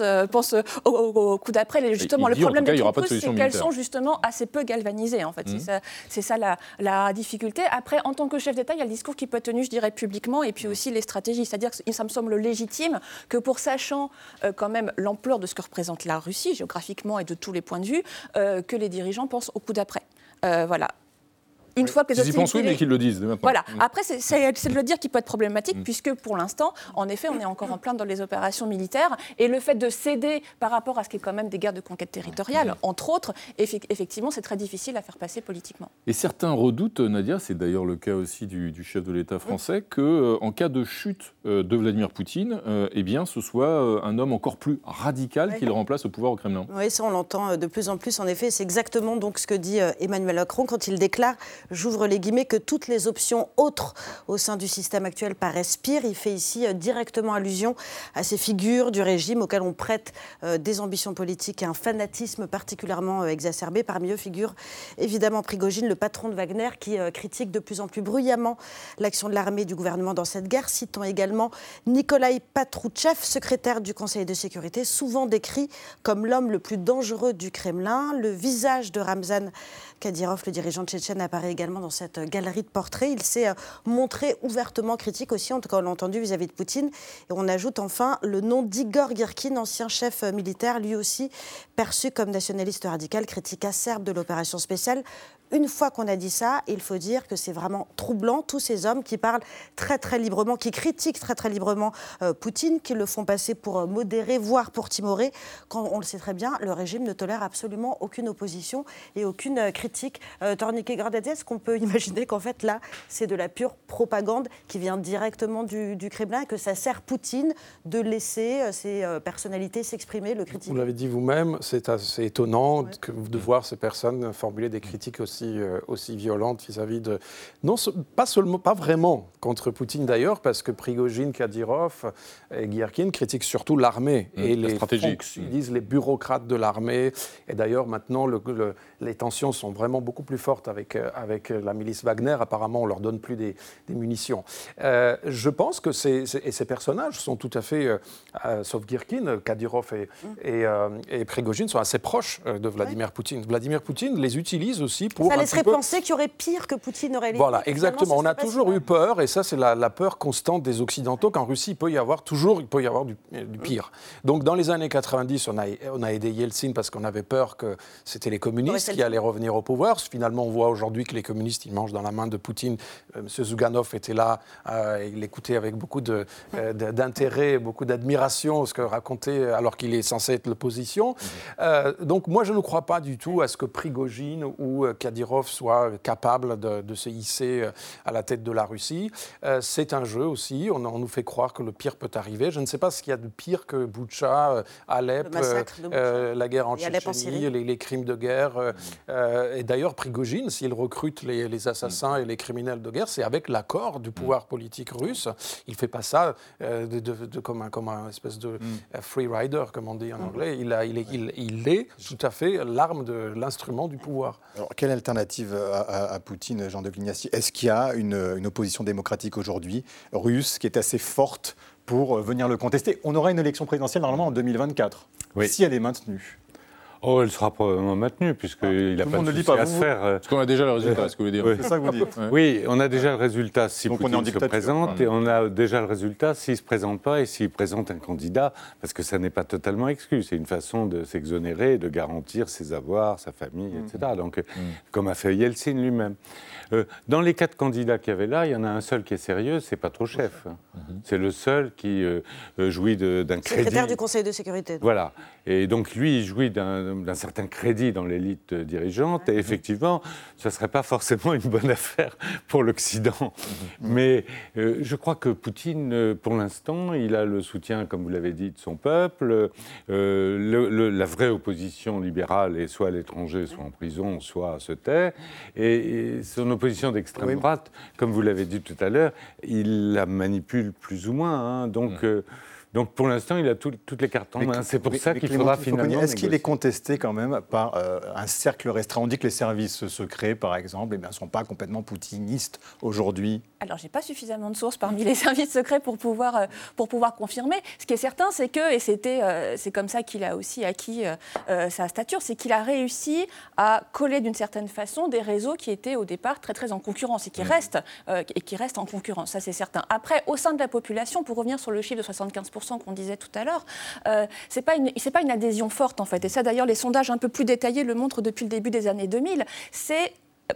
au coup d'après. Justement, le problème des troupes russes, c'est qu'elles sont justement assez peu galvanisées. En fait. C'est ça la difficulté. Après, en tant que chef d'État, il y a le discours qui peut être tenu, je dirais, publiquement, et puis aussi les stratégies. C'est-à-dire que ça me semble légitime que pour sachant quand même l'ampleur de ce que représente la Russie, géographiquement et de tous les points de vue, que les dirigeants pensent au coup d'après. Voilà. Une fois que ils y pensent, oui, mais qu'ils le disent maintenant. Voilà. Après, c'est de le dire qui peut être problématique, puisque pour l'instant, en effet, on est encore en plein dans les opérations militaires. Et le fait de céder par rapport à ce qui est quand même des guerres de conquête territoriale, entre autres, effectivement, c'est très difficile à faire passer politiquement. Et certains redoutent, Nadia, c'est d'ailleurs le cas aussi du chef de l'État français, qu'en cas de chute de Vladimir Poutine, eh bien, ce soit un homme encore plus radical qui le remplace au pouvoir au Kremlin. Oui, ça, on l'entend de plus en plus, en effet. C'est exactement donc ce que dit Emmanuel Macron quand il déclare, j'ouvre les guillemets, que toutes les options autres au sein du système actuel paraissent pires. Il fait ici directement allusion à ces figures du régime auxquelles on prête des ambitions politiques et un fanatisme particulièrement exacerbé. Parmi eux figure évidemment Prigojine, le patron de Wagner, qui critique de plus en plus bruyamment l'action de l'armée et du gouvernement dans cette guerre. Citons également Nikolai Patrouchev, secrétaire du Conseil de sécurité, souvent décrit comme l'homme le plus dangereux du Kremlin. Le visage de Ramzan Kadyrov, le dirigeant tchétchène, apparaît également dans cette galerie de portraits. Il s'est montré ouvertement critique aussi, en tout cas on l'a entendu, vis-à-vis de Poutine. Et on ajoute enfin le nom d'Igor Girkin, ancien chef militaire, lui aussi perçu comme nationaliste radical, critique acerbe de l'opération spéciale. Une fois qu'on a dit ça, il faut dire que c'est vraiment troublant, tous ces hommes qui parlent très très librement, qui critiquent très très librement Poutine, qui le font passer pour modéré, voire pour timoré, quand on le sait très bien, le régime ne tolère absolument aucune opposition et aucune critique. Tornike Gradadze, est-ce qu'on peut imaginer qu'en fait là, c'est de la pure propagande qui vient directement du Kremlin et que ça sert Poutine de laisser ces personnalités s'exprimer, le critiquer? Vous l'avez dit vous-même, c'est assez étonnant de voir ces personnes formuler des critiques aussi violente vis-à-vis de... Non, pas vraiment contre Poutine d'ailleurs, parce que Prigojine, Kadyrov et Girkin critiquent surtout l'armée et les stratégies. Ils disent les bureaucrates de l'armée. Et d'ailleurs, maintenant, les tensions sont vraiment beaucoup plus fortes avec la milice Wagner. Apparemment, on ne leur donne plus des munitions. Je pense que ces personnages sont tout à fait, sauf Girkin, Kadyrov et Prigojine sont assez proches de Vladimir Poutine. Vladimir Poutine les utilise aussi pour... Ça laisserait penser qu'il y aurait pire que Poutine aurait été. Voilà, exactement. On a toujours eu peur, et ça, c'est la peur constante des Occidentaux, qu'en Russie, il peut y avoir du pire. Donc, dans les années 90, on a aidé Yeltsin parce qu'on avait peur que c'était les communistes qui allaient revenir au pouvoir. Finalement, on voit aujourd'hui que les communistes, ils mangent dans la main de Poutine. M. Zyuganov était là, il écoutait avec beaucoup d'intérêt, beaucoup d'admiration ce que racontait, alors qu'il est censé être l'opposition. Donc, moi, je ne crois pas du tout à ce que Prigojine ou Kadyrov Kadyrov soit capable de se hisser à la tête de la Russie. C'est un jeu aussi. On nous fait croire que le pire peut arriver. Je ne sais pas ce qu'il y a de pire que Boutcha, Alep, la guerre en Tchétchénie, les crimes de guerre. Et d'ailleurs, Prigojine, s'il recrute les assassins et les criminels de guerre, c'est avec l'accord du pouvoir politique russe. Il ne fait pas ça comme un espèce de free rider, comme on dit en anglais. Il est tout à fait l'arme de l'instrument du pouvoir. Alors, quelle alternative à Poutine, Jean de Glignassi? Est-ce qu'il y a une opposition démocratique aujourd'hui, russe, qui est assez forte pour venir le contester? On aura une élection présidentielle normalement en 2024, si elle est maintenue. Oh, elle sera probablement maintenue, puisqu'il n'a pas de souci à se faire. Parce qu'on a déjà le résultat, ce que vous voulez dire. C'est ça que vous dites. Oui, on a déjà le résultat si Poutine se présente, et on a déjà le résultat s'il ne se présente pas et s'il présente un candidat, parce que ça n'est pas totalement exclu. C'est une façon de s'exonérer, de garantir ses avoirs, sa famille, etc. Donc, comme a fait Yeltsin lui-même. Dans les 4 candidats qu'il y avait là, il y en a un seul qui est sérieux, c'est Patrushev. C'est le seul qui jouit d'un crédit. Secrétaire du Conseil de sécurité. Voilà. Et donc, lui, il jouit d'un certain crédit dans l'élite dirigeante. Et effectivement, ce ne serait pas forcément une bonne affaire pour l'Occident. Mais je crois que Poutine, pour l'instant, il a le soutien, comme vous l'avez dit, de son peuple. La vraie opposition libérale est soit à l'étranger, soit en prison, soit se tait. Et son opposition d'extrême droite, comme vous l'avez dit tout à l'heure, il la manipule plus ou moins. Donc pour l'instant, il a toutes les cartes en main. C'est pour ça qu'il faudra finalement... Est-ce qu'il est contesté quand même par un cercle restreint? On dit que les services secrets, par exemple, ne sont pas complètement poutinistes aujourd'hui. Alors, je n'ai pas suffisamment de sources parmi les services secrets pour pouvoir confirmer. Ce qui est certain, c'est que, et c'est comme ça qu'il a aussi acquis sa stature, c'est qu'il a réussi à coller d'une certaine façon des réseaux qui étaient au départ très très en concurrence et qui restent en concurrence. Ça, c'est certain. Après, au sein de la population, pour revenir sur le chiffre de 75%, qu'on disait tout à l'heure, c'est pas une adhésion forte en fait. Et ça d'ailleurs, les sondages un peu plus détaillés le montrent depuis le début des années 2000. C'est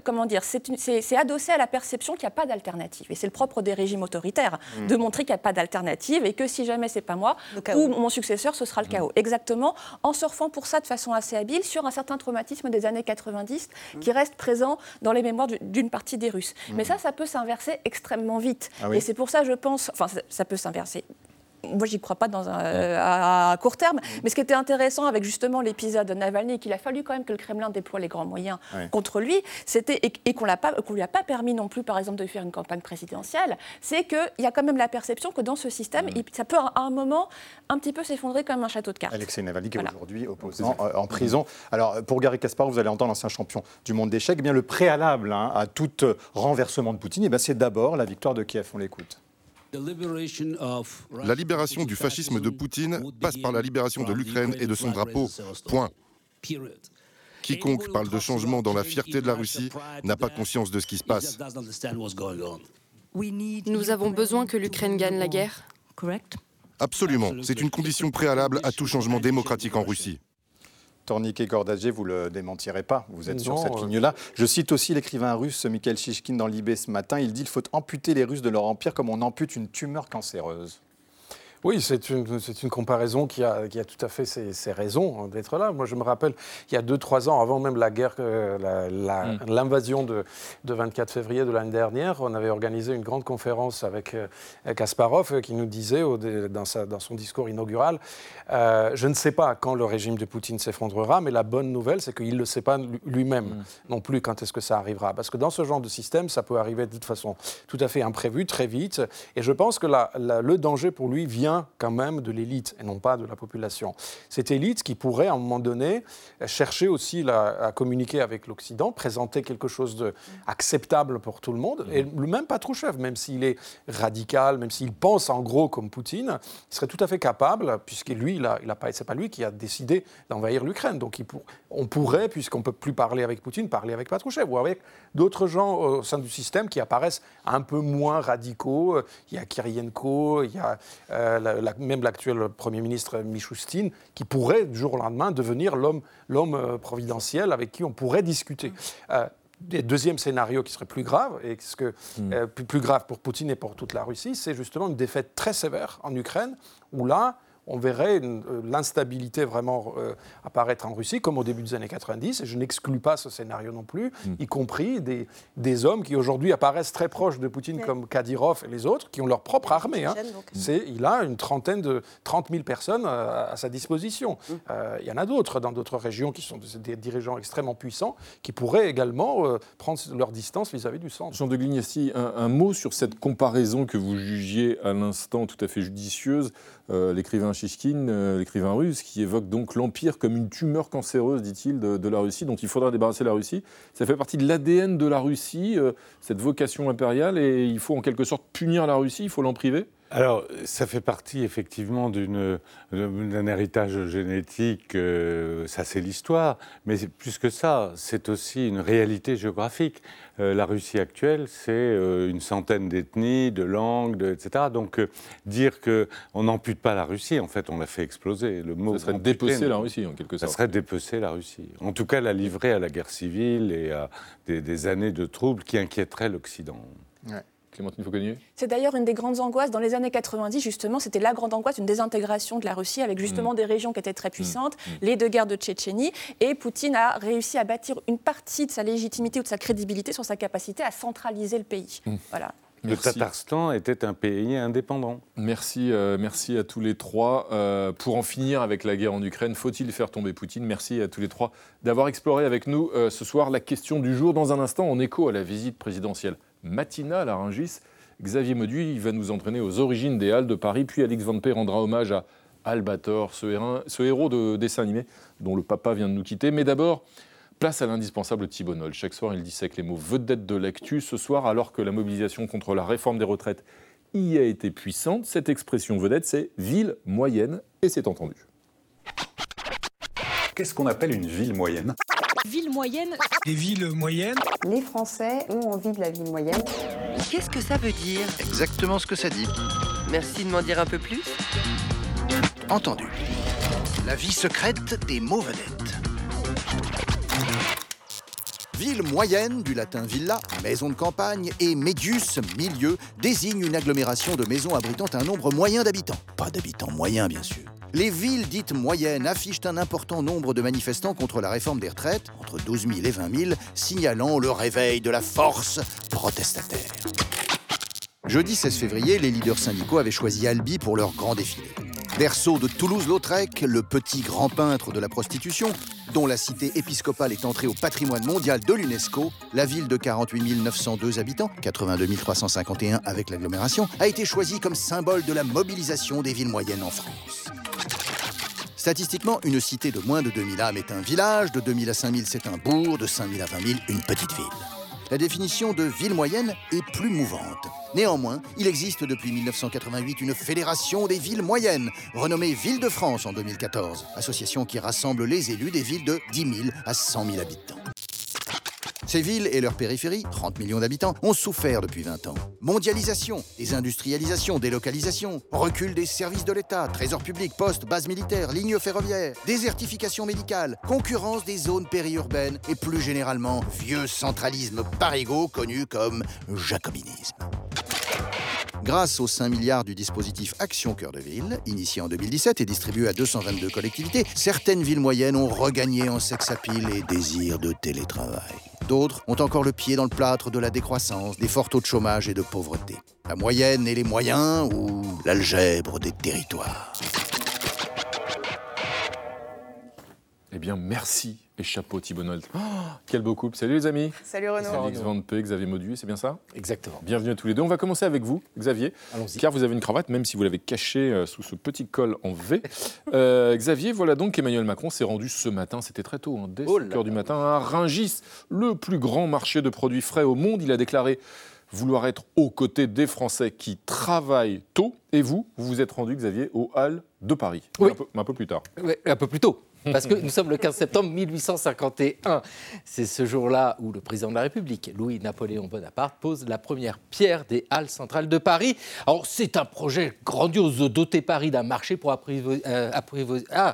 adossé à la perception qu'il n'y a pas d'alternative. Et c'est le propre des régimes autoritaires, de montrer qu'il n'y a pas d'alternative et que si jamais c'est pas moi ou mon successeur, ce sera le chaos. Exactement, en surfant pour ça de façon assez habile sur un certain traumatisme des années 90 qui reste présent dans les mémoires d'une partie des Russes. Mais ça peut s'inverser extrêmement vite. Et c'est pour ça, je pense... Enfin, ça peut s'inverser. Moi, j'y crois pas à court terme. Mais ce qui était intéressant avec justement l'épisode de Navalny, qu'il a fallu quand même que le Kremlin déploie les grands moyens contre lui, et qu'on lui a pas permis non plus, par exemple, de faire une campagne présidentielle, c'est qu'il y a quand même la perception que dans ce système, ça peut à un moment un petit peu s'effondrer comme un château de cartes. Alexei Navalny qui est aujourd'hui opposant en prison. Alors, pour Garry Kasparov, vous allez entendre l'ancien champion du monde d'échecs. Eh bien, le préalable à tout renversement de Poutine, c'est d'abord la victoire de Kiev. On l'écoute. La libération du fascisme de Poutine passe par la libération de l'Ukraine et de son drapeau. Point. Quiconque parle de changement dans la fierté de la Russie n'a pas conscience de ce qui se passe. Nous avons besoin que l'Ukraine gagne la guerre. Absolument. C'est une condition préalable à tout changement démocratique en Russie. Tornike Gordadze, vous ne le démentirez pas, vous êtes sur cette ligne-là. Je cite aussi l'écrivain russe Mikhail Shishkin dans Libé ce matin. Il dit qu'il faut amputer les Russes de leur empire comme on ampute une tumeur cancéreuse. Oui, c'est une comparaison qui a tout à fait ses raisons d'être là. Moi, je me rappelle, il y a 2-3 ans, avant même la guerre, l'invasion de 24 février de l'année dernière, on avait organisé une grande conférence avec Kasparov qui nous disait, dans son discours inaugural, je ne sais pas quand le régime de Poutine s'effondrera, mais la bonne nouvelle, c'est qu'il ne le sait pas lui-même non plus quand est-ce que ça arrivera. Parce que dans ce genre de système, ça peut arriver de toute façon tout à fait imprévue, très vite. Et je pense que le danger pour lui vient quand même de l'élite et non pas de la population. Cette élite qui pourrait à un moment donné chercher aussi à communiquer avec l'Occident, présenter quelque chose d'acceptable pour tout le monde. Et le même Patrushev, même s'il est radical, même s'il pense en gros comme Poutine, il serait tout à fait capable, puisque lui, c'est pas lui qui a décidé d'envahir l'Ukraine. Donc on pourrait, puisqu'on ne peut plus parler avec Poutine, parler avec Patrushev ou avec d'autres gens au sein du système qui apparaissent un peu moins radicaux. Il y a Kirienko, il y a même l'actuel Premier ministre Mishustin, qui pourrait du jour au lendemain devenir l'homme providentiel avec qui on pourrait discuter. Deuxième scénario qui serait plus grave, et plus grave pour Poutine et pour toute la Russie, c'est justement une défaite très sévère en Ukraine, où là, on verrait l'instabilité vraiment apparaître en Russie, comme au début des années 90, et je n'exclus pas ce scénario non plus, y compris des hommes qui aujourd'hui apparaissent très proches de Poutine, comme Kadyrov et les autres, qui ont leur propre armée. Hein. Il a une 30 000 personnes à sa disposition. Il y en a d'autres dans d'autres régions qui sont des dirigeants extrêmement puissants, qui pourraient également prendre leur distance vis-à-vis du centre. Jean de Glignassi, un mot sur cette comparaison que vous jugiez à l'instant tout à fait judicieuse, l'écrivain Shishkin, l'écrivain russe, qui évoque donc l'Empire comme une tumeur cancéreuse, dit-il, de la Russie, dont il faudra débarrasser la Russie. Ça fait partie de l'ADN de la Russie, cette vocation impériale, et il faut en quelque sorte punir la Russie, il faut l'en priver ? Alors, ça fait partie effectivement d'un héritage génétique, ça c'est l'histoire, mais plus que ça, c'est aussi une réalité géographique. La Russie actuelle, c'est une centaine d'ethnies, de langues, etc. Donc, dire qu'on n'ampute pas la Russie, en fait, on l'a fait exploser. Le mot ça serait dépecer la Russie, en quelque sorte. Ça serait dépecer la Russie. En tout cas, la livrer à la guerre civile et à des années de troubles qui inquiéteraient l'Occident. Ouais. Clémentine Fauconnier. C'est d'ailleurs une des grandes angoisses. Dans les années 90, justement, c'était la grande angoisse, une désintégration de la Russie avec justement des régions qui étaient très puissantes, les deux guerres de Tchétchénie. Et Poutine a réussi à bâtir une partie de sa légitimité ou de sa crédibilité sur sa capacité à centraliser le pays. Voilà. Le Tatarstan était un pays indépendant. Merci à tous les trois. Pour en finir avec la guerre en Ukraine, faut-il faire tomber Poutine ? Merci à tous les trois d'avoir exploré avec nous ce soir la question du jour. Dans un instant, en écho à la visite présidentielle matinale à Rungis, Xavier Mauduit va nous entraîner aux origines des Halles de Paris, puis Alix Van Pé rendra hommage à Albator, ce héros de dessin animé dont le papa vient de nous quitter. Mais d'abord, place à l'indispensable Thibault Nol. Chaque soir, il dissèque les mots vedettes de l'actu. Ce soir, alors que la mobilisation contre la réforme des retraites y a été puissante, cette expression vedette, c'est ville moyenne, et c'est entendu. Qu'est-ce qu'on appelle une ville moyenne ? Ville moyenne. Des villes moyennes. Les Français ont envie de la ville moyenne. Qu'est-ce que ça veut dire ? Exactement ce que ça dit. Merci de m'en dire un peu plus. Entendu. La vie secrète des mots vedettes. Ville moyenne, du latin villa, maison de campagne, et médius, milieu, désigne une agglomération de maisons abritant un nombre moyen d'habitants. Pas d'habitants moyens, bien sûr. Les villes dites moyennes affichent un important nombre de manifestants contre la réforme des retraites, entre 12 000 et 20 000, signalant le réveil de la force protestataire. Jeudi 16 février, les leaders syndicaux avaient choisi Albi pour leur grand défilé. Berceau de Toulouse-Lautrec, le petit grand peintre de la prostitution, dont la cité épiscopale est entrée au patrimoine mondial de l'UNESCO, la ville de 48 902 habitants, 82 351 avec l'agglomération, a été choisie comme symbole de la mobilisation des villes moyennes en France. Statistiquement, une cité de moins de 2000 âmes est un village, de 2000 à 5000 c'est un bourg, de 5000 à 20 000 une petite ville. La définition de ville moyenne est plus mouvante. Néanmoins, il existe depuis 1988 une fédération des villes moyennes, renommée Ville de France en 2014, association qui rassemble les élus des villes de 10 000 à 100 000 habitants. Ces villes et leurs périphéries, 30 millions d'habitants, ont souffert depuis 20 ans. Mondialisation, désindustrialisation, délocalisation, recul des services de l'État, trésor public, postes, bases militaires, lignes ferroviaires, désertification médicale, concurrence des zones périurbaines et plus généralement, vieux centralisme parigot connu comme jacobinisme. Grâce aux 5 milliards du dispositif Action Cœur de Ville, initié en 2017 et distribué à 222 collectivités, certaines villes moyennes ont regagné en sex-appeal et désir de télétravail. D'autres ont encore le pied dans le plâtre de la décroissance, des forts taux de chômage et de pauvreté. La moyenne et les moyens ou l'algèbre des territoires. Eh bien, merci et chapeau Thibault Nol. Oh, quel beau couple. Salut les amis. Salut Renaud. Alix Van Pé, Xavier Mauduit, c'est bien ça ? Exactement. Bienvenue à tous les deux. On va commencer avec vous, Xavier. Allons-y. Car vous avez une cravate, même si vous l'avez cachée sous ce petit col en V. Xavier, voilà donc qu'Emmanuel Macron s'est rendu ce matin, c'était très tôt, dès 5h du matin, à Rungis, le plus grand marché de produits frais au monde. Il a déclaré vouloir être aux côtés des Français qui travaillent tôt. Et vous vous êtes rendu, Xavier, aux Halles de Paris. Oui. Un peu plus tard. Oui, un peu plus tôt. Parce que nous sommes le 15 septembre 1851. C'est ce jour-là où le président de la République, Louis-Napoléon Bonaparte, pose la première pierre des Halles centrales de Paris. Alors, c'est un projet grandiose de doter Paris d'un marché pour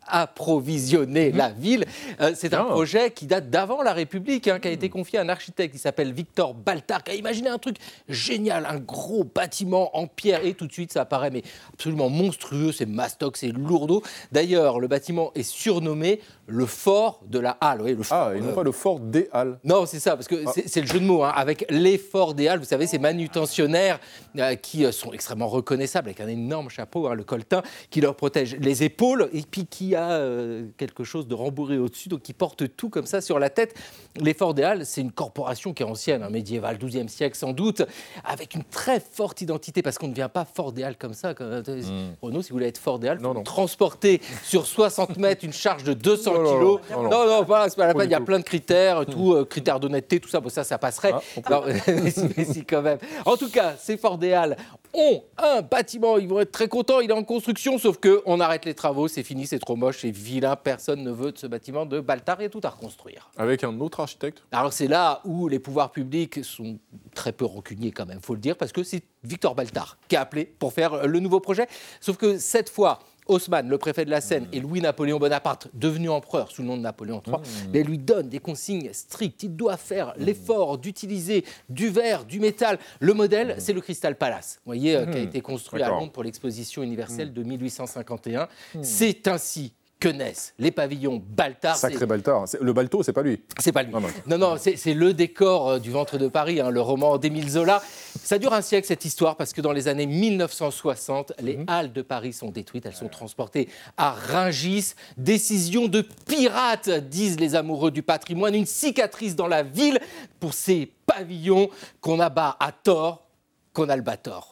approvisionner la ville. C'est un projet qui date d'avant la République, qui a été confié à un architecte qui s'appelle Victor Baltard, qui a imaginé un truc génial, un gros bâtiment en pierre. Et tout de suite, ça apparaît mais absolument monstrueux, c'est mastoc, c'est lourdeau. D'ailleurs, le bâtiment est surnommé le fort de la Halle. Oui, le fort, et non pas le fort des Halles. Non, c'est ça, parce que c'est le jeu de mots, avec les forts des Halles. Vous savez, ces manutentionnaires qui sont extrêmement reconnaissables, avec un énorme chapeau, le colletin, qui leur protège les épaules, et puis qui a quelque chose de rembourré au-dessus, donc qui porte tout comme ça sur la tête. Les forts des Halles, c'est une corporation qui est ancienne, médiévale, 12e siècle sans doute, avec une très forte identité, parce qu'on ne devient pas fort des Halles comme ça. Renaud, si vous voulez être fort des Halles, transporter sur 60 mètres une charge de 200 kilos. Non, voilà, c'est pas la peine, il y a plein de critères, critères d'honnêteté, tout ça, ça passerait. Mais si, quand même. En tout cas, ces forts des Halles ont un bâtiment, ils vont être très contents, il est en construction, sauf qu'on arrête les travaux, c'est fini, c'est trop moche, c'est vilain, personne ne veut de ce bâtiment de Baltard, il y a tout à reconstruire. Avec un autre architecte ? Alors c'est là où les pouvoirs publics sont très peu rancuniers quand même, il faut le dire, parce que c'est Victor Baltard qui a appelé pour faire le nouveau projet, sauf que cette fois, Haussmann, le préfet de la Seine, et Louis-Napoléon Bonaparte, devenu empereur sous le nom de Napoléon III, mais lui donne des consignes strictes. Il doit faire l'effort d'utiliser du verre, du métal. Le modèle, c'est le Crystal Palace, vous voyez, qui a été construit à Londres pour l'exposition universelle de 1851. C'est ainsi que naissent les pavillons Baltard. Sacré Baltard. Le Balto, c'est pas lui. C'est pas lui. Non, c'est le décor du Ventre de Paris, le roman d'Émile Zola. Ça dure un siècle, cette histoire, parce que dans les années 1960, les Halles de Paris sont détruites. Elles sont transportées à Rungis. Décision de pirate, disent les amoureux du patrimoine. Une cicatrice dans la ville pour ces pavillons qu'on abat à tort, qu'on albator.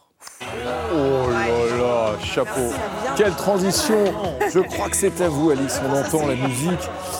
Oh là là, chapeau. Quelle transition. Je crois que c'est à vous, Alix. On entend la musique.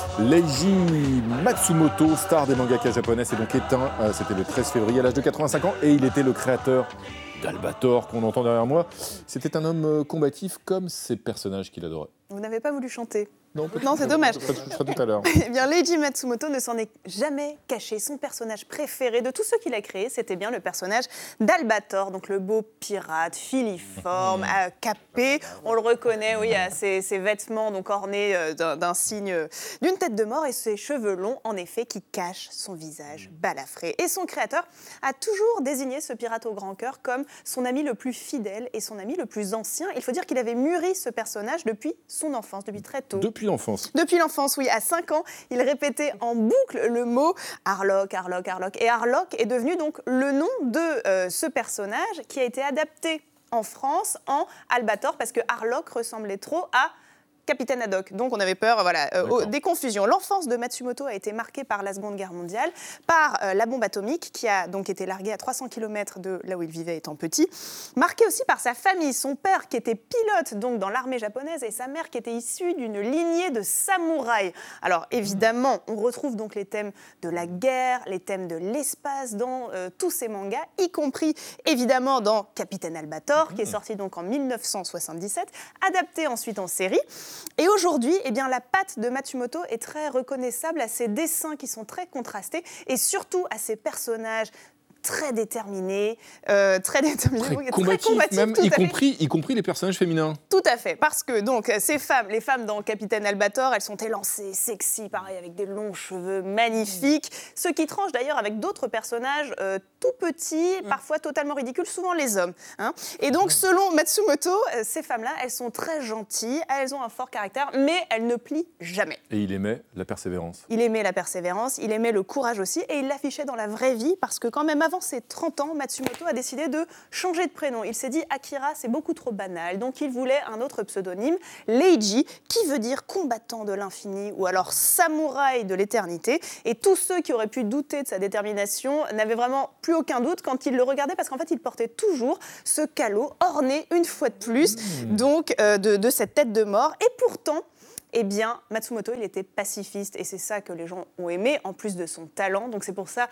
Leiji Matsumoto, star des mangakas japonais, est donc éteint. C'était le 13 février à l'âge de 85 ans et il était le créateur d'Albator qu'on entend derrière moi. C'était un homme combatif comme ces personnages qu'il adorait. Vous n'avez pas voulu chanter. Non, c'est dommage. Je ferai tout à l'heure. Eh bien, Leiji Matsumoto ne s'en est jamais caché. Son personnage préféré de tous ceux qu'il a créés, c'était bien le personnage d'Albator, donc le beau pirate filiforme, capé. On le reconnaît, oui, à ses vêtements donc ornés d'un signe, d'une tête de mort et ses cheveux longs, en effet, qui cachent son visage balafré. Et son créateur a toujours désigné ce pirate au grand cœur comme son ami le plus fidèle et son ami le plus ancien. Il faut dire qu'il avait mûri ce personnage depuis son enfance, depuis très tôt. Depuis l'enfance. Depuis l'enfance, oui. À 5 ans, il répétait en boucle le mot Harlock, Harlock, Harlock. Et Harlock est devenu donc le nom de ce personnage qui a été adapté en France en Albator parce que Harlock ressemblait trop à Capitaine Haddock. Donc on avait peur des confusions. L'enfance de Matsumoto a été marquée par la Seconde Guerre mondiale, par la bombe atomique qui a donc été larguée à 300 km de là où il vivait étant petit, marquée aussi par sa famille, son père qui était pilote donc dans l'armée japonaise et sa mère qui était issue d'une lignée de samouraïs. Alors évidemment, on retrouve donc les thèmes de la guerre, les thèmes de l'espace dans tous ces mangas, y compris évidemment dans Capitaine Albator qui est sorti donc en 1977, adapté ensuite en série. Et aujourd'hui, la patte de Matsumoto est très reconnaissable à ses dessins qui sont très contrastés et surtout à ses personnages très déterminés, très combatifs, même, y compris les personnages féminins. Tout à fait, parce que donc ces femmes, les femmes dans Capitaine Albator, elles sont élancées, sexy, pareil, avec des longs cheveux magnifiques, ce qui tranche d'ailleurs avec d'autres personnages tout petits, parfois totalement ridicules, souvent les hommes. Et donc, selon Matsumoto, ces femmes-là, elles sont très gentilles, elles ont un fort caractère, mais elles ne plient jamais. Et il aimait la persévérance. Il aimait la persévérance, il aimait le courage aussi, et il l'affichait dans la vraie vie, parce que quand même avant ses 30 ans, Matsumoto a décidé de changer de prénom. Il s'est dit Akira, c'est beaucoup trop banal, donc il voulait un autre pseudonyme, Leiji, qui veut dire combattant de l'infini ou alors samouraï de l'éternité. Et tous ceux qui auraient pu douter de sa détermination n'avaient vraiment plus aucun doute quand ils le regardaient, parce qu'en fait, il portait toujours ce calot orné une fois de plus donc de cette tête de mort. Et pourtant, Matsumoto, il était pacifiste et c'est ça que les gens ont aimé, en plus de son talent. Donc c'est pour ça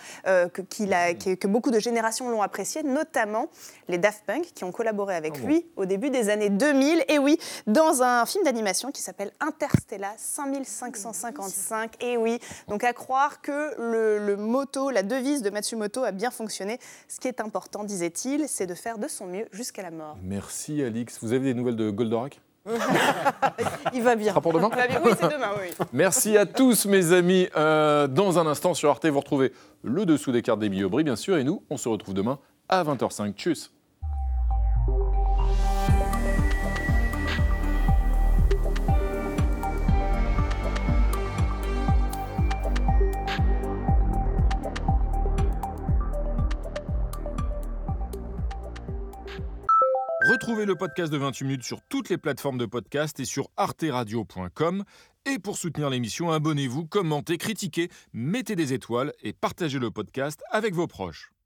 que beaucoup de générations l'ont apprécié, notamment les Daft Punk qui ont collaboré avec lui au début des années 2000. Et oui, dans un film d'animation qui s'appelle Interstellar 5555. Et oui, donc à croire que le motto, la devise de Matsumoto a bien fonctionné. Ce qui est important, disait-il, c'est de faire de son mieux jusqu'à la mort. Merci Alix. Vous avez des nouvelles de Goldorak ? Il va bien. Ce sera pour demain ? Oui, c'est demain, oui. Merci à tous, mes amis. Dans un instant, sur Arte, vous retrouvez le dessous des cartes d'Émilie Aubry, bien sûr. Et nous, on se retrouve demain à 20h05. Tchuss. Retrouvez le podcast de 28 minutes sur toutes les plateformes de podcast et sur arteradio.com. Et pour soutenir l'émission, abonnez-vous, commentez, critiquez, mettez des étoiles et partagez le podcast avec vos proches.